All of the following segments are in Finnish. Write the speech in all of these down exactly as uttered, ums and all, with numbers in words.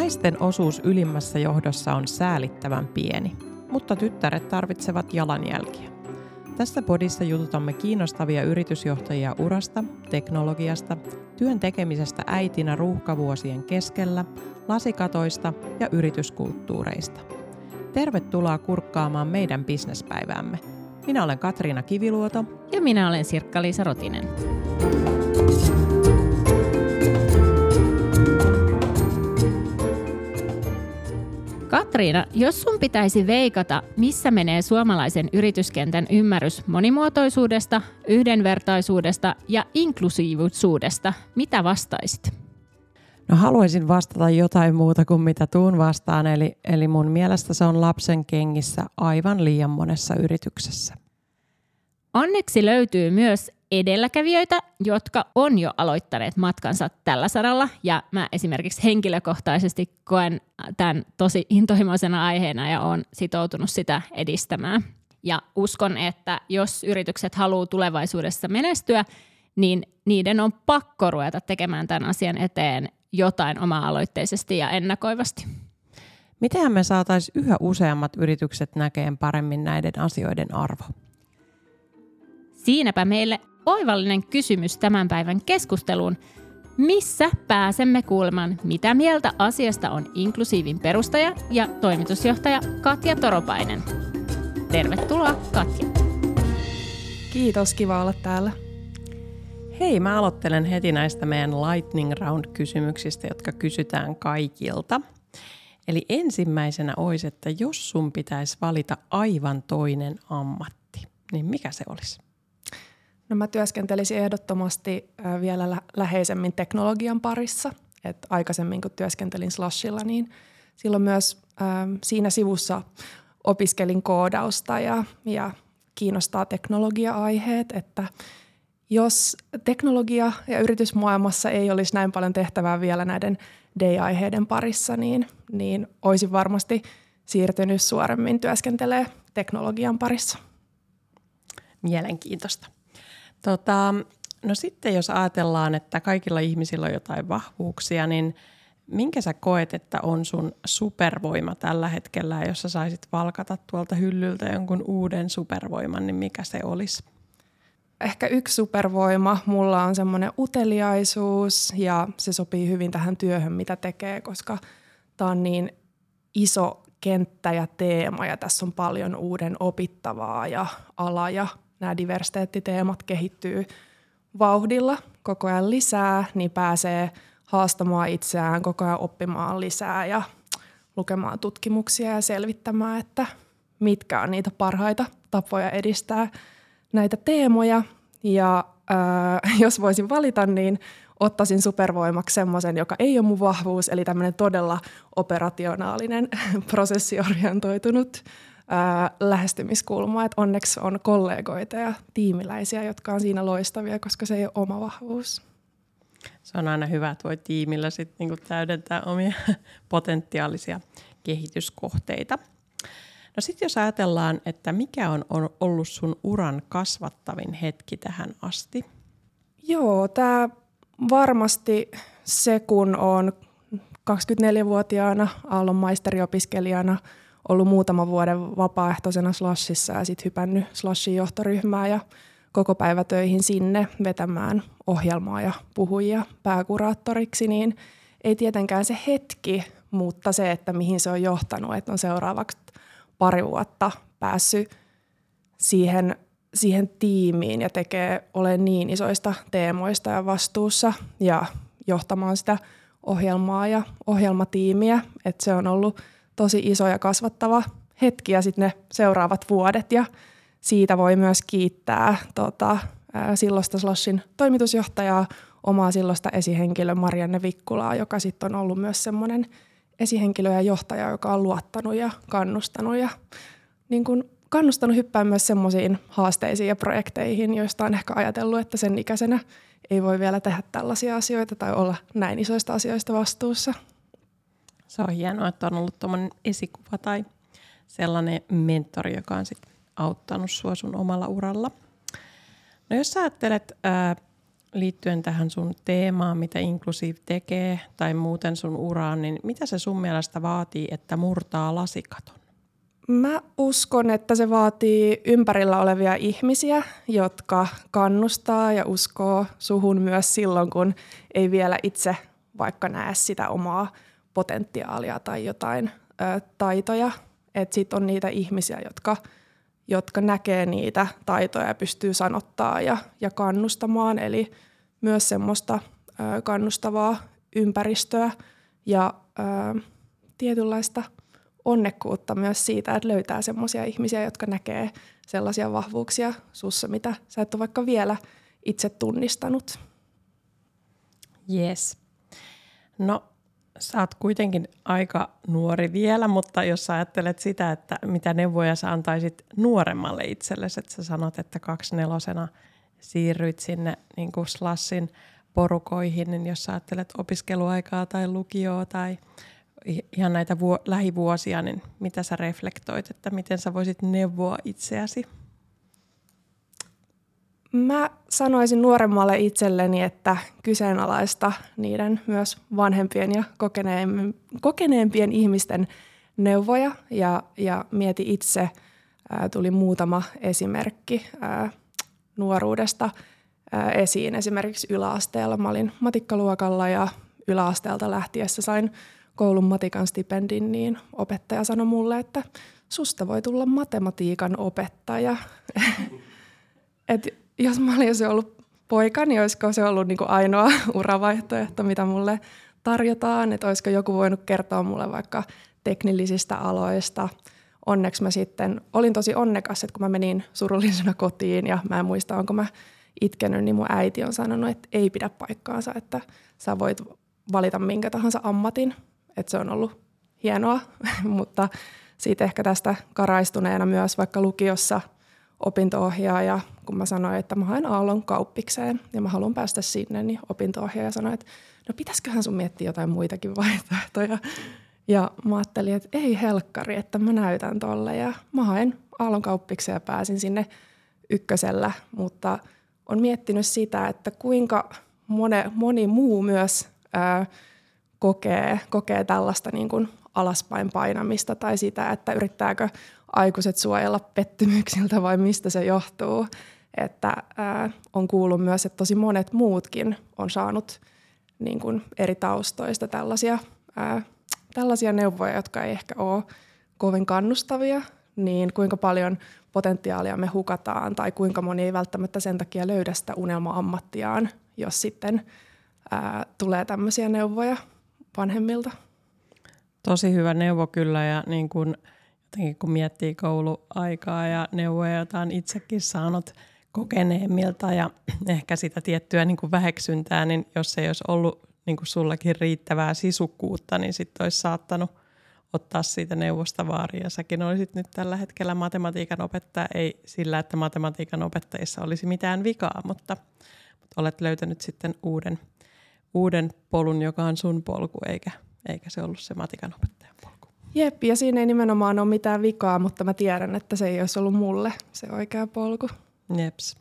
Naisten osuus ylimmässä johdossa on säälittävän pieni, mutta tyttäret tarvitsevat jalanjälkiä. Tässä podissa jututamme kiinnostavia yritysjohtajia urasta, teknologiasta, työn tekemisestä äitinä ruuhkavuosien keskellä, lasikatoista ja yrityskulttuureista. Tervetuloa kurkkaamaan meidän bisnespäiväämme. Minä olen Katriina Kiviluoto. Ja minä olen Sirkka-Liisa Rotinen. Katriina, jos sun pitäisi veikata, missä menee suomalaisen yrityskentän ymmärrys monimuotoisuudesta, yhdenvertaisuudesta ja inklusiivisuudesta, mitä vastaisit? No haluaisin vastata jotain muuta kuin mitä tuun vastaan, eli, eli mun mielestä se on lapsen kengissä aivan liian monessa yrityksessä. Onneksi löytyy myös edelläkävijöitä, jotka on jo aloittaneet matkansa tällä saralla, ja mä esimerkiksi henkilökohtaisesti koen tämän tosi intohimoisena aiheena ja olen sitoutunut sitä edistämään. Ja uskon, että jos yritykset haluaa tulevaisuudessa menestyä, niin niiden on pakko ruveta tekemään tämän asian eteen jotain oma-aloitteisesti ja ennakoivasti. Miten me saataisiin yhä useammat yritykset näkemään paremmin näiden asioiden arvo? Siinäpä meille oivallinen kysymys tämän päivän keskusteluun. Missä pääsemme kuulemaan, mitä mieltä asiasta on Inklusiivin perustaja ja toimitusjohtaja Katja Toropainen? Tervetuloa, Katja. Kiitos, kiva olla täällä. Hei, mä aloittelen heti näistä meidän lightning round-kysymyksistä, jotka kysytään kaikilta. Eli ensimmäisenä olisi, että jos sun pitäisi valita aivan toinen ammatti, niin mikä se olisi? No mä työskentelisin ehdottomasti vielä lä- läheisemmin teknologian parissa. Et aikaisemmin kun työskentelin Slushilla, niin silloin myös äh, siinä sivussa opiskelin koodausta ja, ja kiinnostaa teknologia-aiheet, että jos teknologia- ja yritysmaailmassa ei olisi näin paljon tehtävää vielä näiden D I-aiheiden parissa, niin, niin olisin varmasti siirtynyt suoremmin työskentelemään teknologian parissa. Mielenkiintoista. Tota, no sitten jos ajatellaan, että kaikilla ihmisillä on jotain vahvuuksia, niin minkä sä koet, että on sun supervoima tällä hetkellä, ja jos sä saisit valkata tuolta hyllyltä jonkun uuden supervoiman, niin mikä se olisi? Ehkä yksi supervoima mulla on semmoinen uteliaisuus ja se sopii hyvin tähän työhön, mitä tekee, koska tää on niin iso kenttä ja teema ja tässä on paljon uuden opittavaa ja ala ja nämä diversiteettiteemat kehittyy vauhdilla koko ajan lisää, niin pääsee haastamaan itseään, koko ajan oppimaan lisää ja lukemaan tutkimuksia ja selvittämään, että mitkä on niitä parhaita tapoja edistää näitä teemoja. Ja ää, jos voisin valita, niin ottaisin supervoimaksi semmoisen, joka ei ole mun vahvuus, eli tämmöinen todella operationaalinen, prosessiorientoitunut ää, lähestymiskulma. Et onneksi on kollegoita ja tiimiläisiä, jotka on siinä loistavia, koska se ei ole oma vahvuus. Se on aina hyvä, että voi tiimillä sit niinku täydentää omia potentiaalisia kehityskohteita. No sitten jos ajatellaan, että mikä on ollut sun uran kasvattavin hetki tähän asti? Joo, tämä varmasti se, kun on kaksikymmentäneljävuotiaana Aallon maisteriopiskelijana ollut muutaman vuoden vapaaehtoisena Slushissa ja sitten hypännyt Slushin johtoryhmään ja koko päivä töihin sinne vetämään ohjelmaa ja puhujia pääkuraattoriksi, niin ei tietenkään se hetki, mutta se, että mihin se on johtanut, että on seuraavaksi pari vuotta päässyt siihen, siihen tiimiin ja tekee, ole niin isoista teemoista ja vastuussa ja johtamaan sitä ohjelmaa ja ohjelmatiimiä, että se on ollut tosi iso ja kasvattava hetki ja sitten ne seuraavat vuodet ja siitä voi myös kiittää tota, silloista Slushin toimitusjohtajaa, omaa silloista esihenkilö Marianne Vikkulaa, joka sitten on ollut myös semmoinen esihenkilö ja johtaja, joka on luottanut ja kannustanut ja niin kuin kannustanut hyppää myös semmoisiin haasteisiin ja projekteihin, joista on ehkä ajatellut, että sen ikäisenä ei voi vielä tehdä tällaisia asioita tai olla näin isoista asioista vastuussa. Se on hienoa, että on ollut tuommoinen esikuva tai sellainen mentori, joka on sitten auttanut sua sun omalla uralla. No jos sä ajattelet ää, liittyen tähän sun teemaan, mitä Inclusive tekee, tai muuten sun uraan, niin mitä se sun mielestä vaatii, että murtaa lasikaton? Mä uskon, että se vaatii ympärillä olevia ihmisiä, jotka kannustaa ja uskoo suhun myös silloin, kun ei vielä itse vaikka näe sitä omaa potentiaalia tai jotain ö, taitoja. Että sit on niitä ihmisiä, jotka, jotka näkee niitä taitoja ja pystyy sanottaa ja, ja kannustamaan. Eli myös semmoista ö, kannustavaa ympäristöä ja ö, tietynlaista onnekkuutta myös siitä, että löytää semmoisia ihmisiä, jotka näkee sellaisia vahvuuksia sussa, mitä sä et ole vaikka vielä itse tunnistanut. Yes. No, sä oot kuitenkin aika nuori vielä, mutta jos sä ajattelet sitä, että mitä neuvoja sä antaisit nuoremmalle itsellesi, että sä sanot, että kaksnelosena siirryit sinne niin kuin Slashin porukoihin, niin jos sä ajattelet opiskeluaikaa tai lukioa tai ihan näitä vuo- lähivuosia, niin mitä sä reflektoit, että miten sä voisit neuvoa itseäsi? Mä sanoisin nuoremmalle itselleni, että kyseenalaista niiden myös vanhempien ja kokeneempien, kokeneempien ihmisten neuvoja ja, ja mieti itse. Ää, tuli muutama esimerkki ää, nuoruudesta ää, esiin. Esimerkiksi yläasteella mä olin matikkaluokalla ja yläasteelta lähtiessä sain koulun matikan stipendin, niin opettaja sanoi mulle, että susta voi tulla matematiikan opettaja. Et jos mä olisin ollut poika, niin olisiko se ollut niinku ainoa uravaihtoehto, mitä mulle tarjotaan. Että olisiko joku voinut kertoa mulle vaikka teknillisistä aloista. Onneksi mä sitten olin tosi onnekas, että kun mä menin surullisena kotiin ja mä en muista, onko mä itkenyt, niin mun äiti on sanonut, että ei pidä paikkaansa, että sä voit valita minkä tahansa ammatin. Että se on ollut hienoa, mutta siitä ehkä tästä karaistuneena myös vaikka lukiossa opinto-ohjaaja, kun mä sanoin, että mä haen Aallon kauppikseen ja mä haluan päästä sinne, niin opinto-ohjaaja sanoi, että no pitäisiköhän sun miettiä jotain muitakin vaihtoehtoja. Ja mä ajattelin, että ei helkkari, että mä näytän tolle ja mä haen Aallon kauppikseen ja pääsin sinne ykkösellä, mutta on miettinyt sitä, että kuinka moni, moni muu myös ää, kokee, kokee tällaista niin kuin alaspäin painamista tai sitä, että yrittääkö aikuiset suojella pettymyksiltä vai mistä se johtuu. Että ää, on kuullut myös, että tosi monet muutkin on saanut niin kuin eri taustoista tällaisia, ää, tällaisia neuvoja, jotka ei ehkä ole kovin kannustavia, niin kuinka paljon potentiaalia me hukataan tai kuinka moni ei välttämättä sen takia löydä sitä unelma-ammattiaan, jos sitten ää, tulee tämmöisiä neuvoja vanhemmilta. Tosi hyvä neuvo kyllä ja niin kun, jotenkin kun miettii kouluaikaa ja neuvoja, joita on itsekin saanut kokeneemmilta ja ehkä sitä tiettyä niin kuin väheksyntää, niin jos ei olisi ollut niin kuin sullakin riittävää sisukkuutta, niin sitten olisi saattanut ottaa siitä neuvosta vaaria. Säkin olisit nyt tällä hetkellä matematiikan opettaja, ei sillä, että matematiikan opettajissa olisi mitään vikaa, mutta, mutta olet löytänyt sitten uuden, uuden polun, joka on sun polku, eikä, eikä se ollut se matikan opettajan polku. Jep, ja siinä ei nimenomaan ole mitään vikaa, mutta mä tiedän, että se ei olisi ollut mulle se oikea polku. Jeps.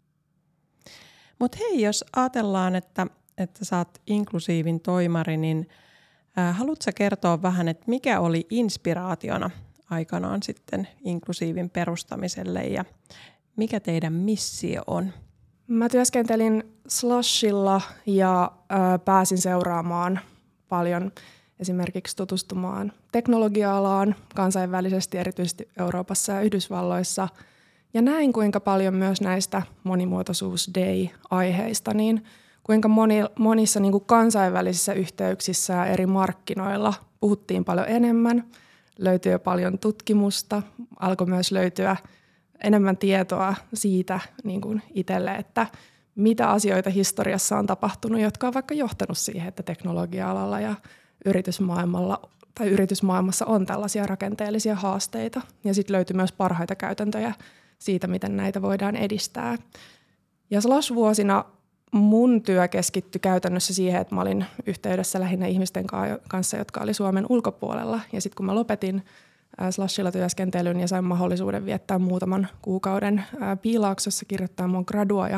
Mutta hei, jos ajatellaan, että, että sä oot inklusiivin toimari, niin äh, haluatko sä kertoa vähän, että mikä oli inspiraationa aikanaan sitten inklusiivin perustamiselle ja mikä teidän missio on? Mä työskentelin Slashilla ja äh, pääsin seuraamaan paljon esimerkiksi tutustumaan teknologia-alaan kansainvälisesti, erityisesti Euroopassa ja Yhdysvalloissa. Ja näin kuinka paljon myös näistä monimuotoisuus Day-aiheista, niin kuinka moni, monissa niin kuin kansainvälisissä yhteyksissä ja eri markkinoilla puhuttiin paljon enemmän, löytyi jo paljon tutkimusta, alkoi myös löytyä enemmän tietoa siitä niin kuin itselle, että mitä asioita historiassa on tapahtunut, jotka on vaikka johtanut siihen, että teknologia-alalla ja yritysmaailmalla tai yritysmaailmassa on tällaisia rakenteellisia haasteita. Ja sitten löytyy myös parhaita käytäntöjä siitä, miten näitä voidaan edistää. Ja Slash-vuosina mun työ keskittyi käytännössä siihen, että mä olin yhteydessä lähinnä ihmisten kanssa, jotka oli Suomen ulkopuolella. Ja sitten kun mä lopetin Slashilla työskentelyn ja sain mahdollisuuden viettää muutaman kuukauden Piilaaksossa kirjoittaa mun gradua ja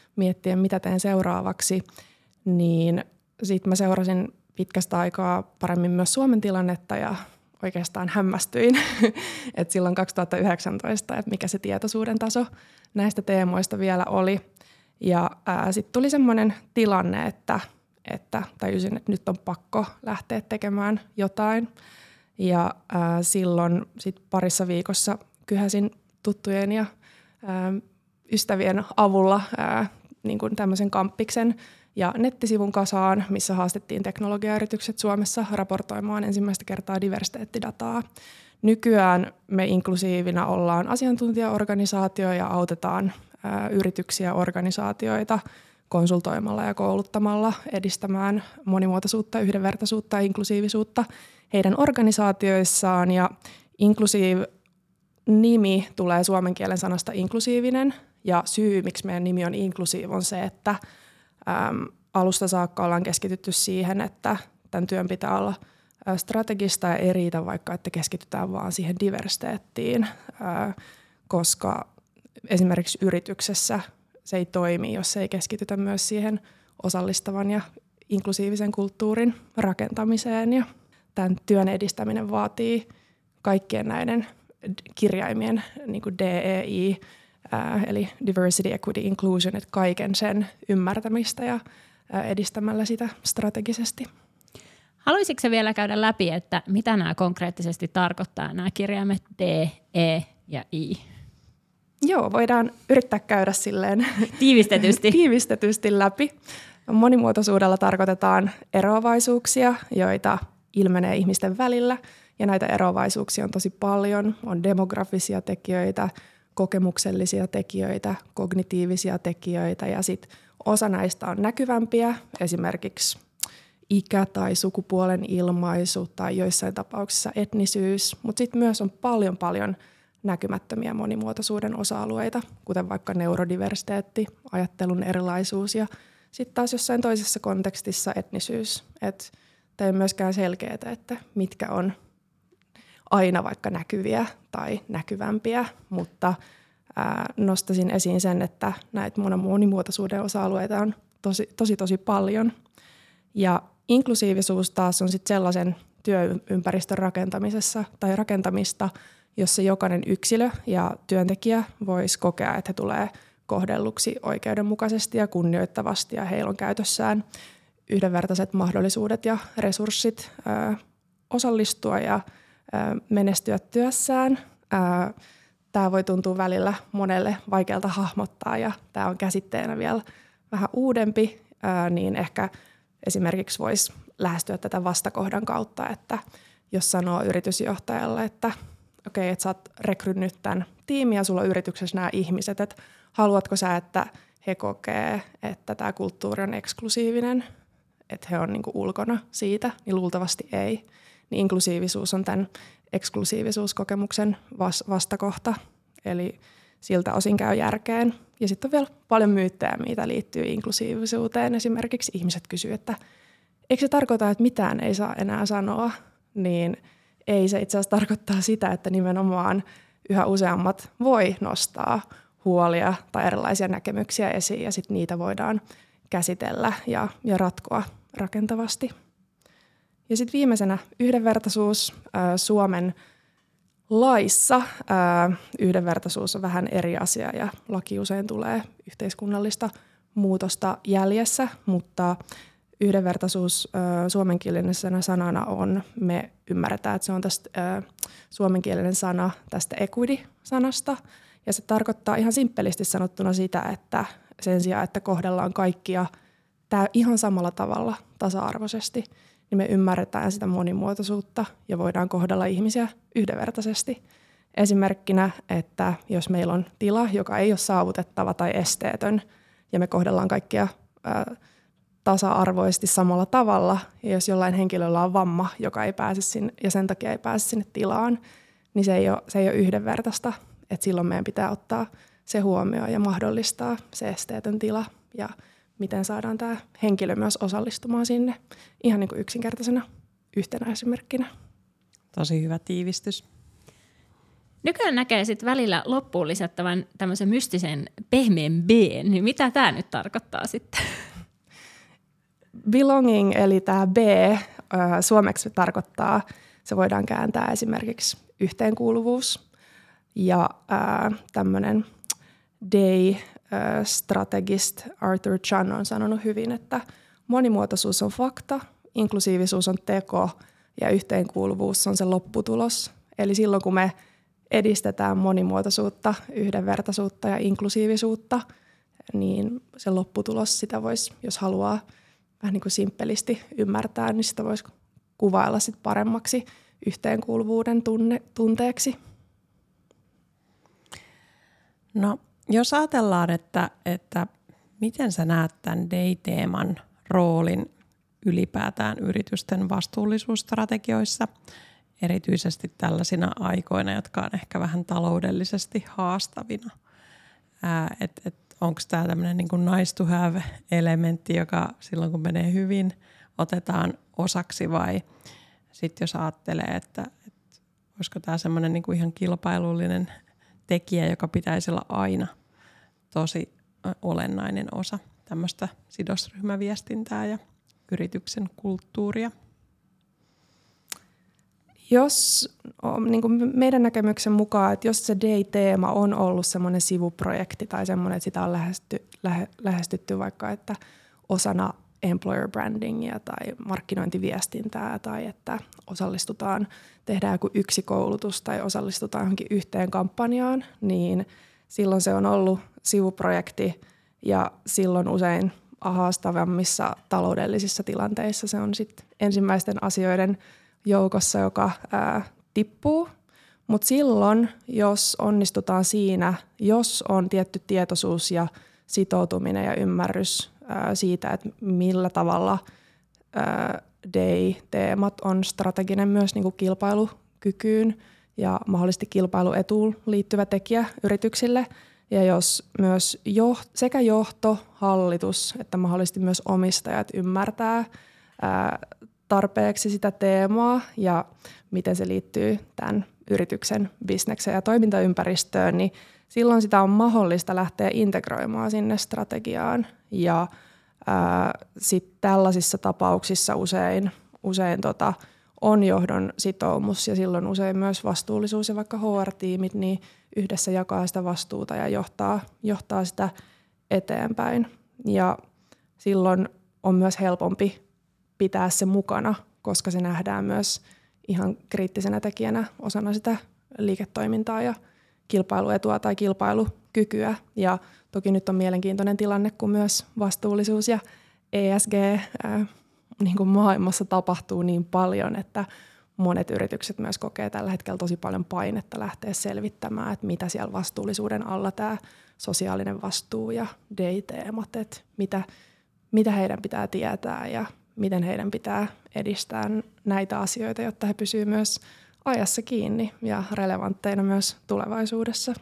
miettien, mitä teen seuraavaksi, niin sitten mä seurasin pitkästä aikaa paremmin myös Suomen tilannetta ja oikeastaan hämmästyin, että silloin kaksituhattayhdeksäntoista, että mikä se tietoisuuden taso näistä teemoista vielä oli. Ja sitten tuli semmoinen tilanne, että, että tajusin, että nyt on pakko lähteä tekemään jotain. Ja ää, silloin sit parissa viikossa kyhäsin tuttujen ja ää, ystävien avulla ää, niin kuin tämmöisen kamppiksen ja nettisivun kasaan, missä haastettiin teknologiayritykset Suomessa raportoimaan ensimmäistä kertaa diversiteettidataa. Nykyään me inklusiivina ollaan asiantuntijaorganisaatio ja autetaan ää, yrityksiä ja organisaatioita konsultoimalla ja kouluttamalla edistämään monimuotoisuutta, yhdenvertaisuutta ja inklusiivisuutta heidän organisaatioissaan. Ja Inclusive-nimi tulee suomen kielen sanasta inklusiivinen, ja syy, miksi meidän nimi on Inclusive, on se, että äm, alusta saakka ollaan keskitytty siihen, että tämän työn pitää olla ä, strategista ja ei riitä vaikka, että keskitytään vaan siihen diversiteettiin, ä, koska esimerkiksi yrityksessä se ei toimi, jos ei keskitytä myös siihen osallistavan ja inklusiivisen kulttuurin rakentamiseen. Ja tämän työn edistäminen vaatii kaikkien näiden kirjaimien, niin kuin D E I, ää, eli Diversity, Equity, Inclusion, että kaiken sen ymmärtämistä ja ää, edistämällä sitä strategisesti. Haluaisitko sä vielä käydä läpi, että mitä nämä konkreettisesti tarkoittaa, nämä kirjaimet D, E ja I? Joo, voidaan yrittää käydä silleen tiivistetysti. tiivistetysti läpi. Monimuotoisuudella tarkoitetaan eroavaisuuksia, joita ilmenee ihmisten välillä, ja näitä eroavaisuuksia on tosi paljon. On demografisia tekijöitä, kokemuksellisia tekijöitä, kognitiivisia tekijöitä, ja sitten osa näistä on näkyvämpiä, esimerkiksi ikä tai sukupuolen ilmaisu tai joissain tapauksissa etnisyys, mutta sitten myös on paljon paljon näkymättömiä monimuotoisuuden osa-alueita, kuten vaikka neurodiversiteetti, ajattelun erilaisuus ja sitten taas jossain toisessa kontekstissa etnisyys. Että tämä ei myöskään selkeää, että mitkä on aina vaikka näkyviä tai näkyvämpiä, mutta ää, nostaisin esiin sen, että näitä monimuotoisuuden osa-alueita on tosi tosi, tosi paljon. Ja inklusiivisuus taas on sitten sellaisen työympäristön rakentamisessa tai rakentamista, jossa jokainen yksilö ja työntekijä voisi kokea, että he tulee kohdelluksi oikeudenmukaisesti ja kunnioittavasti ja heillä on käytössään yhdenvertaiset mahdollisuudet ja resurssit ö, osallistua ja ö, menestyä työssään. Tämä voi tuntua välillä monelle vaikealta hahmottaa ja tämä on käsitteenä vielä vähän uudempi, ö, niin ehkä esimerkiksi voisi lähestyä tätä vastakohdan kautta, että jos sanoo yritysjohtajalle, että okei, että sä oot rekrynyt tämän tiimin ja sulla on yrityksessä nämä ihmiset, että haluatko sä, että he kokee, että tämä kulttuuri on eksklusiivinen, että he on niinku ulkona siitä, niin luultavasti ei. Niin inklusiivisuus on tämän eksklusiivisuuskokemuksen vastakohta, eli siltä osin käy järkeen. Ja sitten on vielä paljon myyttejä, mitä liittyy inklusiivisuuteen. Esimerkiksi ihmiset kysyy, että eikö se tarkoita, että mitään ei saa enää sanoa, niin ei, se itse asiassa tarkoittaa sitä, että nimenomaan yhä useammat voi nostaa huolia tai erilaisia näkemyksiä esiin ja sitten niitä voidaan käsitellä ja, ja ratkoa rakentavasti. Ja sitten viimeisenä yhdenvertaisuus. Ää, Suomen laissa ää, yhdenvertaisuus on vähän eri asia ja laki usein tulee yhteiskunnallista muutosta jäljessä, mutta yhdenvertaisuus äh, suomenkielisenä sanana on, me ymmärretään, että se on tästä äh, suomenkielinen sana tästä equity-sanasta. Ja se tarkoittaa ihan simppelisti sanottuna sitä, että sen sijaan, että kohdellaan kaikkia tää ihan samalla tavalla tasa-arvoisesti, niin me ymmärretään sitä monimuotoisuutta ja voidaan kohdella ihmisiä yhdenvertaisesti. Esimerkkinä, että jos meillä on tila, joka ei ole saavutettava tai esteetön, ja me kohdellaan kaikkia äh, tasa-arvoisesti samalla tavalla, ja jos jollain henkilöllä on vamma, joka ei pääse sinne, ja sen takia ei pääse sinne tilaan, niin se ei ole, se ei ole yhdenvertaista. Et silloin meidän pitää ottaa se huomioon ja mahdollistaa se esteetön tila, ja miten saadaan tämä henkilö myös osallistumaan sinne ihan niin kuin yksinkertaisena yhtenä esimerkkinä. Tosi hyvä tiivistys. Nykyään näkee sitten välillä loppuun lisättävän tämmöisen mystisen pehmeän B, niin mitä tämä nyt tarkoittaa sitten? Belonging, eli tämä B, suomeksi tarkoittaa, se voidaan kääntää esimerkiksi yhteenkuuluvuus. Ja tämmöinen Day-strategist Arthur Chan on sanonut hyvin, että monimuotoisuus on fakta, inklusiivisuus on teko ja yhteenkuuluvuus on se lopputulos. Eli silloin kun me edistetään monimuotoisuutta, yhdenvertaisuutta ja inklusiivisuutta, niin se lopputulos sitä voisi, jos haluaa vähän niin kuin simppelisti ymmärtää, niin sitä voisi kuvailla sit paremmaksi yhteenkuuluvuuden tunne, tunteeksi. No, jos ajatellaan, että, että miten sä näet tämän Day-teeman roolin ylipäätään yritysten vastuullisuusstrategioissa, erityisesti tällaisina aikoina, jotka on ehkä vähän taloudellisesti haastavina. Että et, onko tämä tämmöinen niin kuin nice to have -elementti, joka silloin kun menee hyvin otetaan osaksi, vai sitten jos ajattelee, että, että olisiko tämä semmoinen niin kuin ihan kilpailullinen tekijä, joka pitäisi olla aina tosi olennainen osa tämmöistä sidosryhmäviestintää ja yrityksen kulttuuria. Jos niin kuin meidän näkemyksen mukaan, että jos se Day-teema on ollut semmoinen sivuprojekti tai semmoinen, että sitä on lähesty, lähe, lähestytty vaikka että osana employer brandingia tai markkinointiviestintää tai että osallistutaan, tehdään joku yksi koulutus tai osallistutaan johonkin yhteen kampanjaan, niin silloin se on ollut sivuprojekti ja silloin usein haastavammissa taloudellisissa tilanteissa se on sitten ensimmäisten asioiden joukossa, joka ää, tippuu. Mutta silloin, jos onnistutaan siinä, jos on tietty tietoisuus ja sitoutuminen ja ymmärrys ää, siitä, että millä tavalla ää, Day-teemat on strateginen myös niinku kilpailukykyyn ja mahdollisesti kilpailuetuun liittyvä tekijä yrityksille. Ja jos myös joht- sekä johto, hallitus että mahdollisesti myös omistajat ymmärtää ää, tarpeeksi sitä teemaa ja miten se liittyy tämän yrityksen bisnekseen ja toimintaympäristöön, niin silloin sitä on mahdollista lähteä integroimaan sinne strategiaan. Ja sitten tällaisissa tapauksissa usein, usein tota, on johdon sitoumus ja silloin usein myös vastuullisuus ja vaikka H R-tiimit niin yhdessä jakaa sitä vastuuta ja johtaa, johtaa sitä eteenpäin. Ja silloin on myös helpompi pitää se mukana, koska se nähdään myös ihan kriittisenä tekijänä osana sitä liiketoimintaa ja kilpailuetua tai kilpailukykyä. Ja toki nyt on mielenkiintoinen tilanne, kun myös vastuullisuus ja E S G ää, niin kuin maailmassa tapahtuu niin paljon, että monet yritykset myös kokee tällä hetkellä tosi paljon painetta lähteä selvittämään, että mitä siellä vastuullisuuden alla tämä sosiaalinen vastuu ja Day-teemat, että mitä, mitä heidän pitää tietää ja miten heidän pitää edistää näitä asioita, jotta he pysyvät myös ajassa kiinni ja relevantteina myös tulevaisuudessa.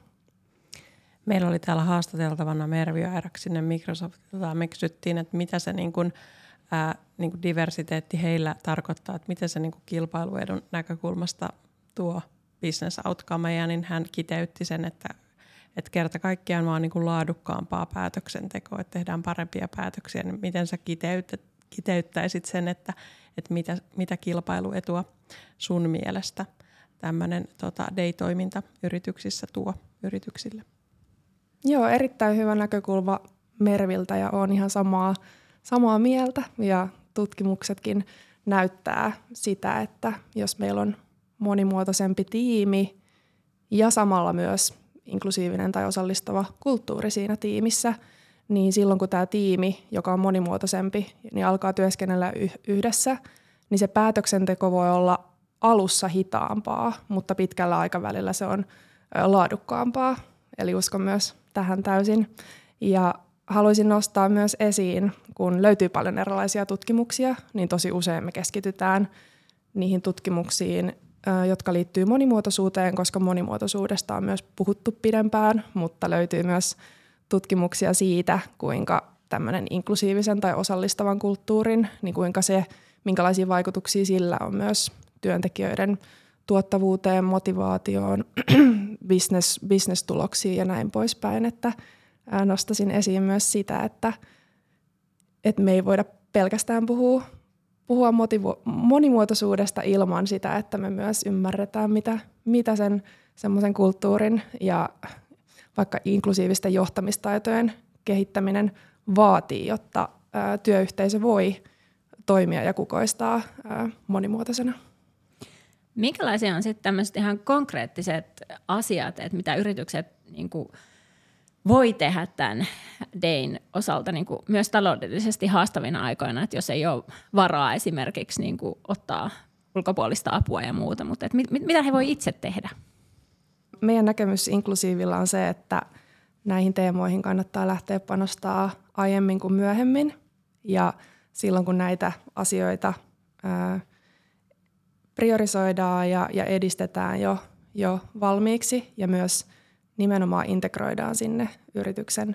Meillä oli täällä haastateltavana Mervi Airaksinen Microsoftilta. Me kysyttiin, että mitä se niin kuin, ää, niin kuin diversiteetti heillä tarkoittaa, että miten se niin kuin kilpailuedun näkökulmasta tuo business outcomeja, niin hän kiteytti sen, että, että kerta kaikkiaan vaan niin kuin laadukkaampaa päätöksentekoa, että tehdään parempia päätöksiä, niin miten sä kiteytät kiteyttäisit sen, että, että mitä, mitä kilpailuetua sun mielestä tämmöinen tota, Day-toiminta yrityksissä tuo yrityksille? Joo, erittäin hyvä näkökulma Merviltä ja olen ihan samaa, samaa mieltä ja tutkimuksetkin näyttää sitä, että jos meillä on monimuotoisempi tiimi ja samalla myös inklusiivinen tai osallistava kulttuuri siinä tiimissä, niin silloin kun tämä tiimi, joka on monimuotoisempi, niin alkaa työskennellä yhdessä, niin se päätöksenteko voi olla alussa hitaampaa, mutta pitkällä aikavälillä se on laadukkaampaa. Eli uskon myös tähän täysin. Ja haluaisin nostaa myös esiin, kun löytyy paljon erilaisia tutkimuksia, niin tosi usein me keskitytään niihin tutkimuksiin, jotka liittyy monimuotoisuuteen, koska monimuotoisuudesta on myös puhuttu pidempään, mutta löytyy myös tutkimuksia siitä, kuinka tämmöinen inklusiivisen tai osallistavan kulttuurin, niin kuinka se, minkälaisia vaikutuksia sillä on myös työntekijöiden tuottavuuteen, motivaatioon, business, business-tuloksiin ja näin poispäin. Että nostaisin esiin myös sitä, että, että me ei voida pelkästään puhua, puhua motivo- monimuotoisuudesta ilman sitä, että me myös ymmärretään, mitä, mitä sen semmoisen kulttuurin ja vaikka inklusiivisten johtamistaitojen kehittäminen vaatii, jotta ää, työyhteisö voi toimia ja kukoistaa ää, monimuotoisena. Minkälaisia on sitten tämmöiset ihan konkreettiset asiat, että mitä yritykset niin kuin voi tehdä tämän Dayn osalta niin kuin myös taloudellisesti haastavina aikoina, että jos ei ole varaa esimerkiksi niin kuin ottaa ulkopuolista apua ja muuta, mutta että mit, mit, mitä he voi itse tehdä? Meidän näkemys inklusiivilla on se, että näihin teemoihin kannattaa lähteä panostaa aiemmin kuin myöhemmin ja silloin kun näitä asioita ää, priorisoidaan ja, ja edistetään jo, jo valmiiksi ja myös nimenomaan integroidaan sinne yrityksen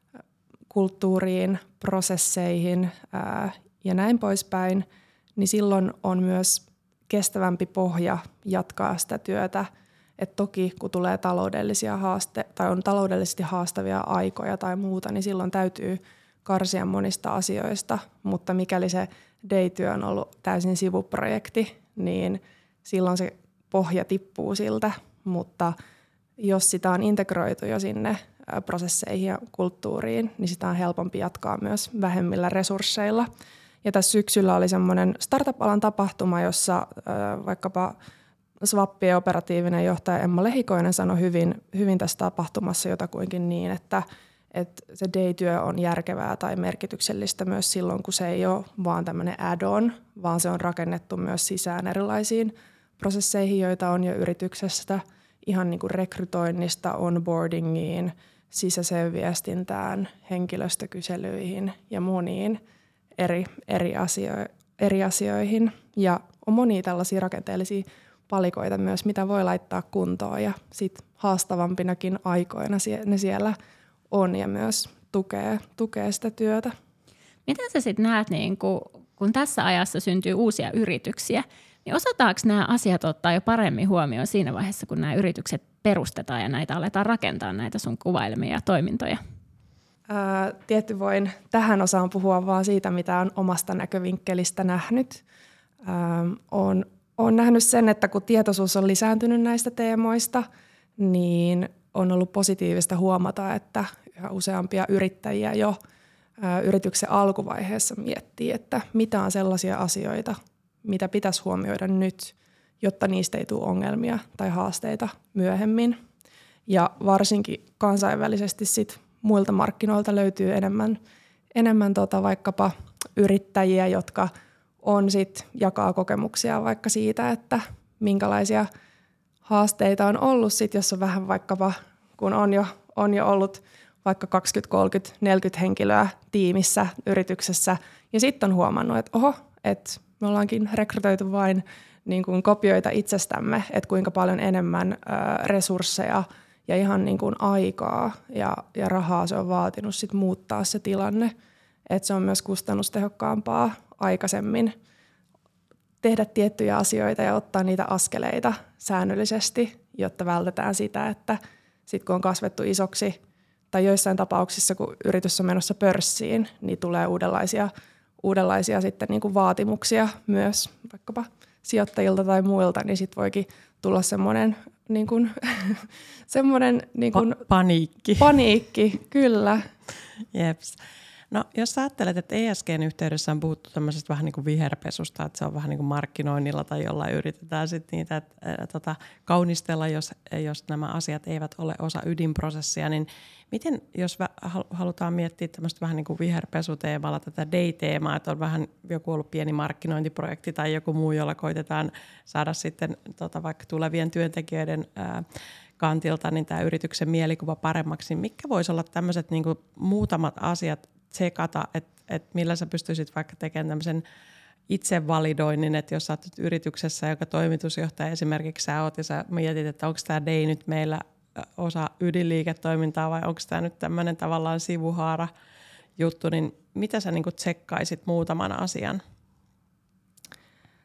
kulttuuriin, prosesseihin ää, ja näin poispäin, niin silloin on myös kestävämpi pohja jatkaa sitä työtä. Et toki kun tulee taloudellisia haaste, tai on taloudellisesti haastavia aikoja tai muuta, niin silloin täytyy karsia monista asioista, mutta mikäli se Day-työ on ollut täysin sivuprojekti, niin silloin se pohja tippuu siltä, mutta jos sitä on integroitu jo sinne prosesseihin ja kulttuuriin, niin sitä on helpompi jatkaa myös vähemmillä resursseilla. Ja tässä syksyllä oli semmoinen startup-alan tapahtuma, jossa vaikkapa Swappien operatiivinen johtaja Emma Lehikoinen sanoi hyvin, hyvin tässä tapahtumassa jotakuinkin niin, että, että se Day-työ on järkevää tai merkityksellistä myös silloin, kun se ei ole vaan tämmöinen add-on, vaan se on rakennettu myös sisään erilaisiin prosesseihin, joita on jo yrityksestä, ihan niin kuin rekrytoinnista, onboardingiin, sisäiseen viestintään, henkilöstökyselyihin ja moniin eri, eri, asio- eri asioihin. Ja on monia tällaisia rakenteellisia palikoita myös, mitä voi laittaa kuntoon ja sitten haastavampinakin aikoina ne siellä on ja myös tukee, tukee sitä työtä. Miten sä sitten näet, niin kun, kun tässä ajassa syntyy uusia yrityksiä, niin osataanko nämä asiat ottaa jo paremmin huomioon siinä vaiheessa, kun nämä yritykset perustetaan ja näitä aletaan rakentaa, näitä sun kuvailemia toimintoja? Ää, tietty voin tähän osaan puhua vaan siitä, mitä on omasta näkövinkkelistä nähnyt. Ää, on, on nähnyt sen, että kun tietoisuus on lisääntynyt näistä teemoista, niin on ollut positiivista huomata, että yhä useampia yrittäjiä jo ää, yrityksen alkuvaiheessa miettii, että mitä on sellaisia asioita, mitä pitäisi huomioida nyt, jotta niistä ei tule ongelmia tai haasteita myöhemmin. Ja varsinkin kansainvälisesti sit muilta markkinoilta löytyy enemmän, enemmän tota vaikkapa yrittäjiä, jotka on sit jakaa kokemuksia vaikka siitä, että minkälaisia haasteita on ollut sit, jos on vähän vaikkapa, kun on jo, on jo ollut vaikka kaksikymmentä, kolmekymmentä, neljäkymmentä henkilöä tiimissä, yrityksessä, ja sitten on huomannut, että oho, että me ollaankin rekrytoitu vain niin kuin kopioita itsestämme, että kuinka paljon enemmän ö, resursseja ja ihan niin kuin aikaa ja, ja rahaa se on vaatinut sit muuttaa se tilanne. Että se on myös kustannustehokkaampaa aikaisemmin tehdä tiettyjä asioita ja ottaa niitä askeleita säännöllisesti, jotta vältetään sitä, että sit kun on kasvettu isoksi tai joissain tapauksissa, kun yritys on menossa pörssiin, niin tulee uudenlaisia uudenlaisia sitten niin kuin vaatimuksia myös vaikkapa sijoittajilta tai muilta, niin sitten voikin tulla semmoinen niin kuin, semmoinen niin kuin pa- paniikki. Paniikki, kyllä. Jeps. No jos sä ajattelet, että E S G:n yhteydessä on puhuttu tämmöisestä vähän niin kuin viherpesusta, että se on vähän niin kuin markkinoinnilla tai jollain yritetään sitten niitä että, ä, tota, kaunistella, jos, jos nämä asiat eivät ole osa ydinprosessia, niin miten, jos halutaan miettiä tämmöistä vähän niin kuin viherpesuteemalla tätä Day-teemaa, että on vähän joku ollut pieni markkinointiprojekti tai joku muu, jolla koitetaan saada sitten tota, vaikka tulevien työntekijöiden ää, kantilta niin tämä yrityksen mielikuva paremmaksi, niin mitkä voisi olla tämmöiset niin kuin muutamat asiat tsekata, että, että millä sä pystyisit vaikka tekemään tämmöisen itsevalidoinnin, että jos sä oot yrityksessä, joka toimitusjohtaja esimerkiksi sä oot ja sä mietit, että onko tämä Day nyt meillä osa ydinliiketoimintaa vai onko tämä nyt tämmöinen tavallaan sivuhaara juttu, niin mitä sä niin kuin tsekkaisit muutaman asian?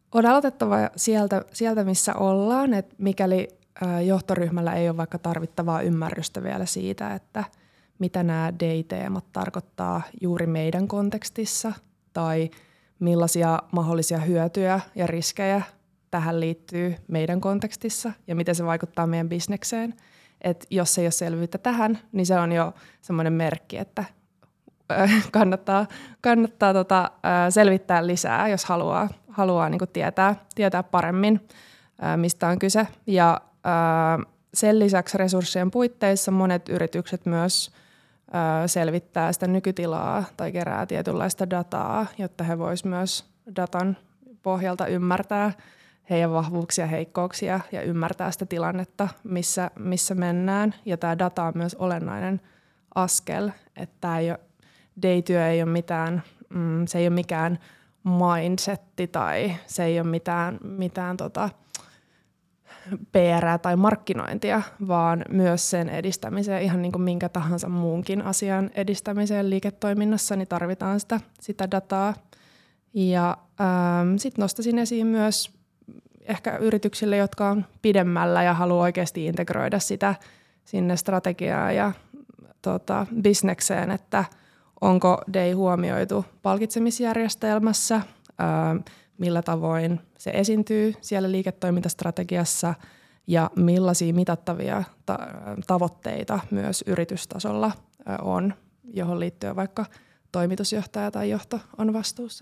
On aloitettava sieltä, sieltä missä ollaan, että mikäli johtoryhmällä ei ole vaikka tarvittavaa ymmärrystä vielä siitä, että mitä nämä D I I-teemat tarkoittaa juuri meidän kontekstissa tai millaisia mahdollisia hyötyjä ja riskejä tähän liittyy meidän kontekstissa ja miten se vaikuttaa meidän bisnekseen. Et jos ei ole selvyyttä tähän, niin se on jo semmoinen merkki, että kannattaa, kannattaa tota, selvittää lisää, jos haluaa, haluaa niin kuin tietää, tietää paremmin, mistä on kyse. Ja sen lisäksi resurssien puitteissa monet yritykset myös selvittää sitä nykytilaa tai kerää tietynlaista dataa, jotta he voisivat myös datan pohjalta ymmärtää heidän vahvuuksia ja heikkouksia ja ymmärtää sitä tilannetta, missä, missä mennään. Ja tämä data on myös olennainen askel, että tämä ei ole, D I Y-työ ei ole mitään, mm, se ei ole mikään mindsetti tai se ei ole mitään, mitään tota P R tai markkinointia, vaan myös sen edistämiseen, ihan niin kuin minkä tahansa muunkin asian edistämiseen liiketoiminnassa, niin tarvitaan sitä, sitä dataa. Ja ähm, sitten nostaisin esiin myös ehkä yrityksille, jotka on pidemmällä ja haluaa oikeasti integroida sitä sinne strategiaan ja tota, bisnekseen, että onko D I huomioitu palkitsemisjärjestelmässä, ähm, millä tavoin se esiintyy siellä liiketoimintastrategiassa ja millaisia mitattavia ta- tavoitteita myös yritystasolla on, johon liittyen vaikka toimitusjohtaja tai johto on vastuussa.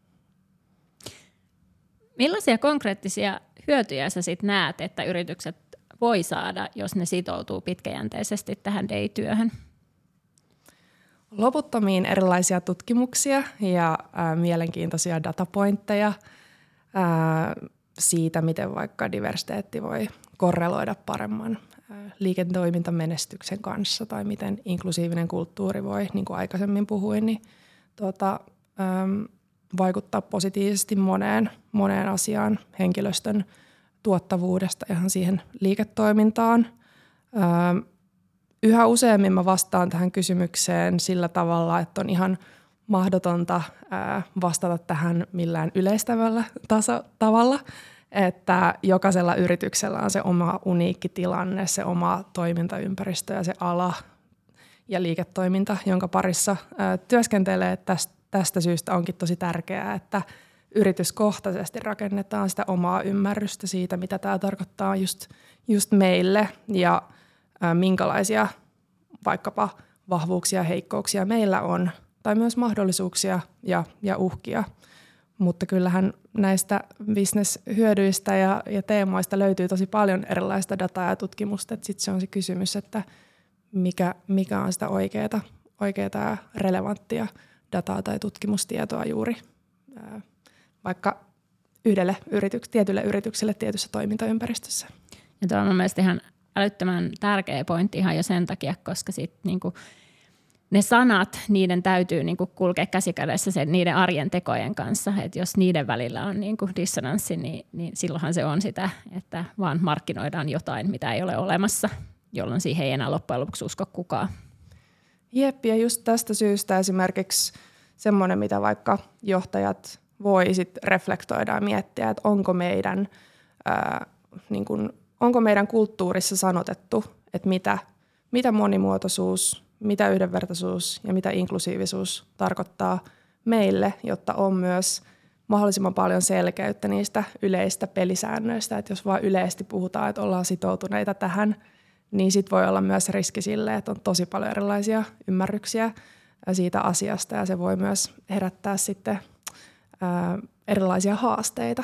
Millaisia konkreettisia hyötyjä sä sit näet, että yritykset voi saada, jos ne sitoutuu pitkäjänteisesti tähän D I-työhön? Loputtomiin erilaisia tutkimuksia ja ää, mielenkiintoisia datapointteja ää, siitä, miten vaikka diversiteetti voi korreloida paremman ää, liiketoimintamenestyksen kanssa tai miten inklusiivinen kulttuuri voi, niin kuin aikaisemmin puhuin, niin, tuota, ää, vaikuttaa positiivisesti moneen, moneen asiaan henkilöstön tuottavuudesta ihan siihen liiketoimintaan. Ää, Yhä useammin mä vastaan tähän kysymykseen sillä tavalla, että on ihan mahdotonta ää, vastata tähän millään yleistävällä tasa- tavalla, että jokaisella yrityksellä on se oma uniikki tilanne, se oma toimintaympäristö ja se ala ja liiketoiminta, jonka parissa ää, työskentelee. Tästä, tästä syystä onkin tosi tärkeää, että yrityskohtaisesti rakennetaan sitä omaa ymmärrystä siitä, mitä tämä tarkoittaa just, just meille ja minkälaisia vaikkapa vahvuuksia ja heikkouksia meillä on, tai myös mahdollisuuksia ja, ja uhkia. Mutta kyllähän näistä business-hyödyistä ja, ja teemoista löytyy tosi paljon erilaista dataa ja tutkimusta. Sitten se on se kysymys, että mikä, mikä on sitä oikeaa, oikeaa ja relevanttia dataa tai tutkimustietoa juuri ää, vaikka yhdelle yrityks- tietylle yritykselle tietyssä toimintaympäristössä. Ja tuo on mun mielestä ihan älyttömän tärkeä pointti ihan jo sen takia, koska sit niinku ne sanat, niiden täytyy niinku kulkea käsikädessä sen, niiden arjen tekojen kanssa. Et jos niiden välillä on niinku dissonanssi, niin, niin silloinhan se on sitä, että vaan markkinoidaan jotain, mitä ei ole olemassa, jolloin siihen ei enää loppujen lopuksi usko kukaan. Jep, ja just tästä syystä esimerkiksi semmoinen, mitä vaikka johtajat voi sit reflektoida ja miettiä, että onko meidän ää, niin kun Onko meidän kulttuurissa sanotettu, että mitä, mitä monimuotoisuus, mitä yhdenvertaisuus ja mitä inklusiivisuus tarkoittaa meille, jotta on myös mahdollisimman paljon selkeyttä niistä yleistä pelisäännöistä. Että jos vaan yleisesti puhutaan, että ollaan sitoutuneita tähän, niin sit voi olla myös riski sille, että on tosi paljon erilaisia ymmärryksiä siitä asiasta ja se voi myös herättää sitten ää, erilaisia haasteita.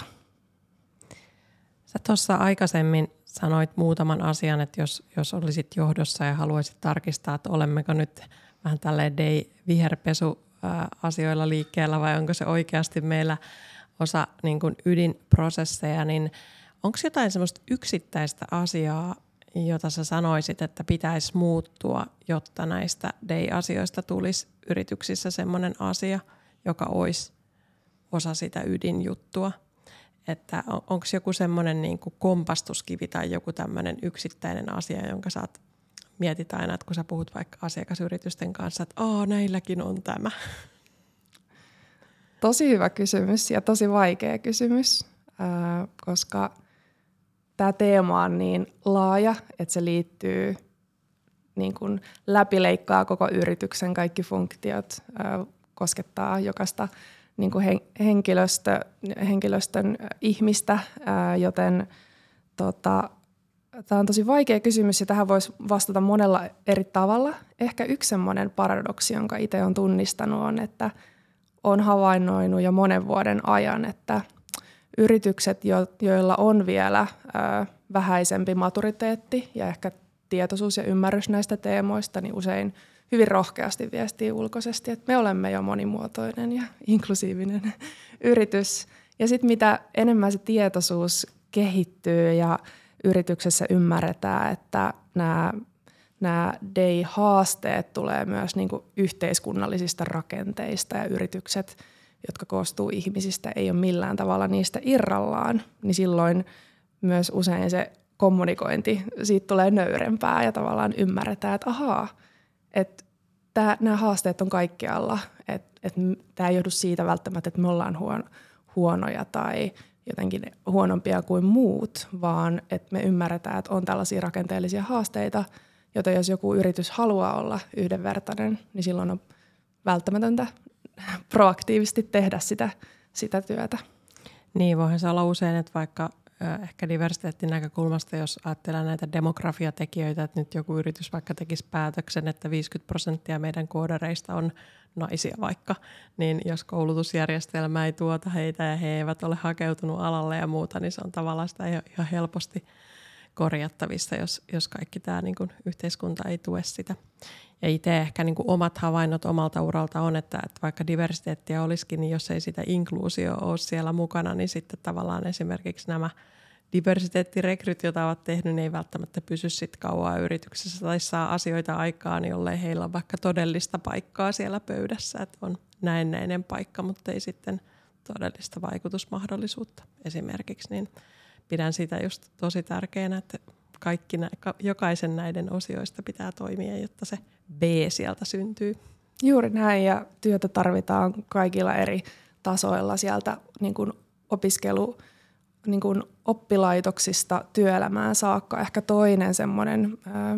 Sä tuossa aikaisemmin sanoit muutaman asian, että jos, jos olisit johdossa ja haluaisit tarkistaa, että olemmeko nyt vähän tälleen D I-viherpesu-asioilla liikkeellä vai onko se oikeasti meillä osa niin kuin ydinprosesseja, niin onko jotain semmoista yksittäistä asiaa, jota sä sanoisit, että pitäisi muuttua, jotta näistä D I-asioista tulisi yrityksissä semmoinen asia, joka olisi osa sitä ydinjuttua? Että on, onko joku semmoinen niin kuin kompastuskivi tai joku tämmöinen yksittäinen asia, jonka saat mietit aina, että kun sä puhut vaikka asiakasyritysten kanssa, että aa, näilläkin on tämä. Tosi hyvä kysymys ja tosi vaikea kysymys. koska tämä teema on niin laaja, että se liittyy niin kuin läpileikkaa koko yrityksen kaikki funktiot, koskettaa jokaista niin kuin henkilöstö, henkilöstön ihmistä, joten tota, tämä on tosi vaikea kysymys ja tähän voisi vastata monella eri tavalla. Ehkä yksi semmoinen paradoksi, jonka itse olen tunnistanut, on, että olen havainnoinut jo monen vuoden ajan, että yritykset, joilla on vielä vähäisempi maturiteetti ja ehkä tietoisuus ja ymmärrys näistä teemoista, niin usein hyvin rohkeasti viestii ulkoisesti, että me olemme jo monimuotoinen ja inklusiivinen yritys. Ja sitten mitä enemmän se tietoisuus kehittyy ja yrityksessä ymmärretään, että nämä, nämä D E I-haasteet tulee myös niin kuin yhteiskunnallisista rakenteista ja yritykset, jotka koostuu ihmisistä, ei ole millään tavalla niistä irrallaan, niin silloin myös usein se kommunikointi, siitä tulee nöyrempää ja tavallaan ymmärretään, että ahaa, että tää, nämä haasteet on kaikkialla, että et tämä ei johdu siitä välttämättä, että me ollaan huono, huonoja tai jotenkin huonompia kuin muut, vaan että me ymmärretään, että on tällaisia rakenteellisia haasteita, joita jos joku yritys haluaa olla yhdenvertainen, niin silloin on välttämätöntä proaktiivisesti tehdä sitä, sitä työtä. Niin, voihan se olla usein, että vaikka ehkä diversiteetin näkökulmasta, jos ajattelee näitä demografiatekijöitä, että nyt joku yritys vaikka tekisi päätöksen, että viisikymmentä prosenttia meidän koodareista on naisia vaikka, niin jos koulutusjärjestelmä ei tuota heitä ja he eivät ole hakeutunut alalle ja muuta, niin se on tavallaan sitä ihan helposti korjattavissa, jos, jos kaikki tämä niin kuin yhteiskunta ei tue sitä. Ja itse ehkä niin kuin omat havainnot omalta uralta on, että, että vaikka diversiteettiä olisikin, niin jos ei sitä inkluusio ole siellä mukana, niin sitten tavallaan esimerkiksi nämä diversiteettirekryt, joita ovat tehnyt, niin ei välttämättä pysy sitten kauan yrityksessä tai saa asioita aikaan, jollei heillä ole vaikka todellista paikkaa siellä pöydässä, että on näennäinen paikka, mutta ei sitten todellista vaikutusmahdollisuutta esimerkiksi, niin pidän sitä just tosi tärkeänä, että kaikki nä- jokaisen näiden osioista pitää toimia, jotta se B sieltä syntyy. Juuri näin, ja työtä tarvitaan kaikilla eri tasoilla sieltä niin kuin opiskelu, niin kuin oppilaitoksista työelämään saakka. Ehkä toinen semmoinen, ää,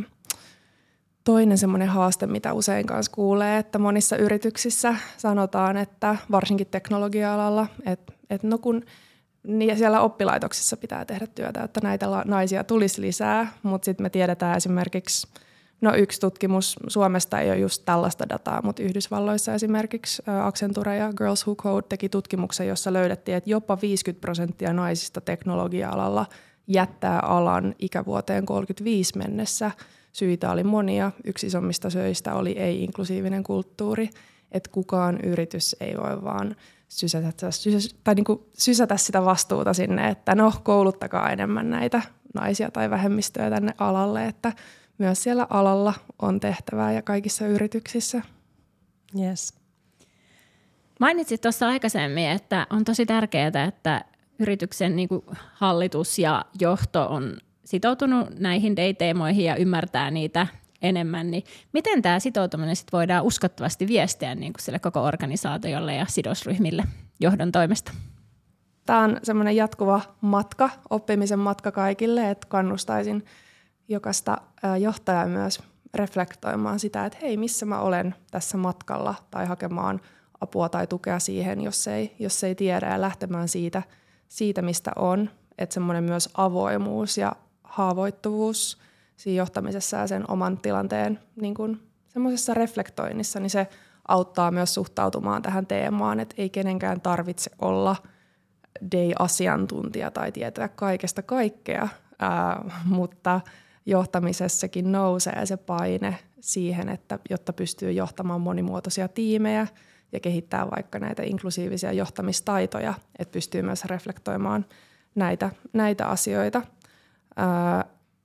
toinen semmoinen haaste, mitä usein kanssa kuulee, että monissa yrityksissä sanotaan, että varsinkin teknologia-alalla, että, että no kun niin siellä oppilaitoksissa pitää tehdä työtä, että näitä naisia tulisi lisää, mutta sitten me tiedetään esimerkiksi, no yksi tutkimus Suomesta ei ole just tällaista dataa, mutta Yhdysvalloissa esimerkiksi Accenture ja Girls Who Code teki tutkimuksen, jossa löydettiin, että jopa viisikymmentä prosenttia naisista teknologia-alalla jättää alan ikävuoteen kolmekymmentäviisi mennessä. Syitä oli monia. Yksi isommista syistä oli ei-inklusiivinen kulttuuri, että kukaan yritys ei voi vaan sysätä, sysätä, tai niin kuin sysätä sitä vastuuta sinne, että no kouluttakaa enemmän näitä naisia tai vähemmistöjä tänne alalle, että myös siellä alalla on tehtävää ja kaikissa yrityksissä. Yes. Mainitsit tuossa aikaisemmin, että on tosi tärkeää, että yrityksen niin kuin hallitus ja johto on sitoutunut näihin D E I-teemoihin ja ymmärtää niitä enemmän, niin miten tämä sitoutuminen sit voidaan uskottavasti viestiä niin kuin sille koko organisaatiolle ja sidosryhmille johdon toimesta? Tämä on semmoinen jatkuva matka, oppimisen matka kaikille, että kannustaisin jokaista johtajaa myös reflektoimaan sitä, että hei, missä mä olen tässä matkalla, tai hakemaan apua tai tukea siihen, jos ei, jos ei tiedä, ja lähtemään siitä, siitä mistä on. Että semmoinen myös avoimuus ja haavoittuvuus siinä johtamisessa ja sen oman tilanteen niin kuin semmoisessa reflektoinnissa, niin se auttaa myös suhtautumaan tähän teemaan, että ei kenenkään tarvitse olla D E I-asiantuntija tai tietää kaikesta kaikkea, ää, mutta johtamisessakin nousee se paine siihen, että jotta pystyy johtamaan monimuotoisia tiimejä ja kehittää vaikka näitä inklusiivisia johtamistaitoja, että pystyy myös reflektoimaan näitä, näitä asioita. Ää,